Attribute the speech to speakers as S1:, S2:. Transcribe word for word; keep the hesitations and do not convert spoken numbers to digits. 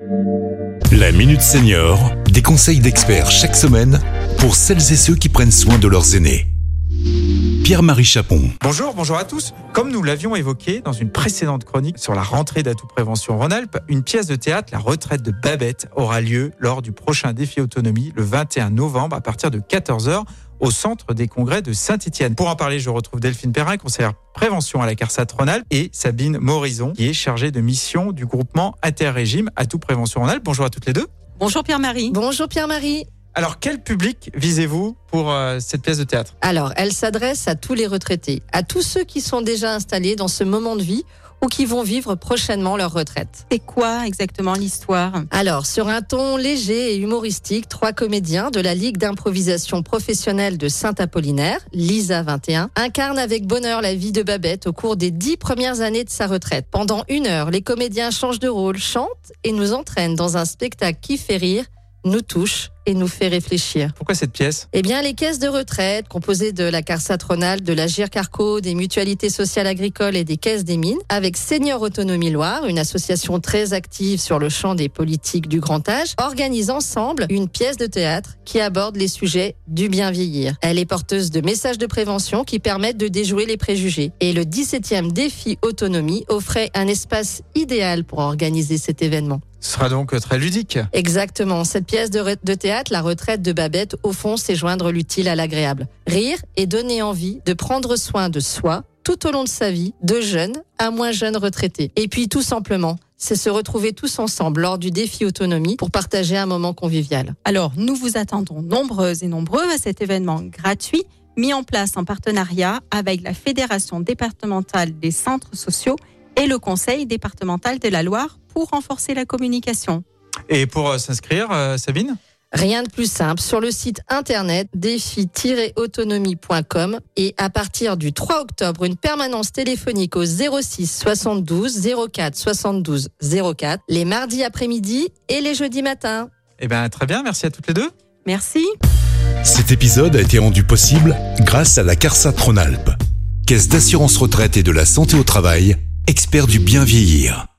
S1: La Minute Senior, des conseils d'experts chaque semaine pour celles et ceux qui prennent soin de leurs aînés. Pierre-Marie Chapon.
S2: Bonjour, bonjour à tous. Comme nous l'avions évoqué dans une précédente chronique sur la rentrée d'Atout Prévention Rhône-Alpes, une pièce de théâtre, La retraite de Babette, aura lieu lors du prochain défi autonomie le vingt et un novembre à partir de quatorze heures au centre des congrès de Saint-Étienne. Pour en parler, je retrouve Delphine Perrin, conseillère prévention à la CARSAT Rhône-Alpes, et Sabine Morison, qui est chargée de mission du groupement Interrégime Atout Prévention Rhône-Alpes. Bonjour à toutes les deux.
S3: Bonjour Pierre-Marie.
S4: Bonjour Pierre-Marie.
S2: Alors, quel public visez-vous pour euh, cette pièce de théâtre ?
S4: Alors, elle s'adresse à tous les retraités, à tous ceux qui sont déjà installés dans ce moment de vie ou qui vont vivre prochainement leur retraite.
S3: C'est quoi exactement l'histoire ?
S4: Alors, sur un ton léger et humoristique, trois comédiens de la Ligue d'improvisation professionnelle de Saint-Apollinaire, Lisa vingt et un, incarnent avec bonheur la vie de Babette au cours des dix premières années de sa retraite. Pendant une heure, les comédiens changent de rôle, chantent et nous entraînent dans un spectacle qui fait rire, nous touche et nous fait réfléchir.
S2: Pourquoi cette pièce ?
S4: Eh bien, les caisses de retraite, composées de la CARSAT Rhône-Alpes, de la GIRC-ARCO, des mutualités sociales agricoles et des caisses des mines, avec Senior Autonomie Loire, une association très active sur le champ des politiques du grand âge, organisent ensemble une pièce de théâtre qui aborde les sujets du bien vieillir. Elle est porteuse de messages de prévention qui permettent de déjouer les préjugés. Et le dix-septième défi autonomie offrait un espace idéal pour organiser cet événement.
S2: Ce sera donc très ludique.
S4: Exactement. Cette pièce de, re- de théâtre, La retraite de Babette, au fond, c'est joindre l'utile à l'agréable. Rire et donner envie de prendre soin de soi tout au long de sa vie, de jeunes à moins jeunes retraités. Et puis, tout simplement, c'est se retrouver tous ensemble lors du défi autonomie pour partager un moment convivial.
S3: Alors, nous vous attendons nombreuses et nombreux à cet événement gratuit mis en place en partenariat avec la Fédération départementale des centres sociaux et le Conseil départemental de la Loire pour renforcer la communication.
S2: Et pour euh, s'inscrire, euh, Sabine ?
S4: Rien de plus simple, sur le site internet défi tiret autonomie point com et à partir du trois octobre, une permanence téléphonique au zéro six soixante-douze zéro quatre soixante-douze zéro quatre les mardis après-midi et les jeudis matins.
S2: Eh bien, très bien, merci à toutes les deux.
S3: Merci.
S1: Cet épisode a été rendu possible grâce à la CARSAT Rhône-Alpes, Caisse d'assurance retraite et de la santé au travail, expert du bien vieillir.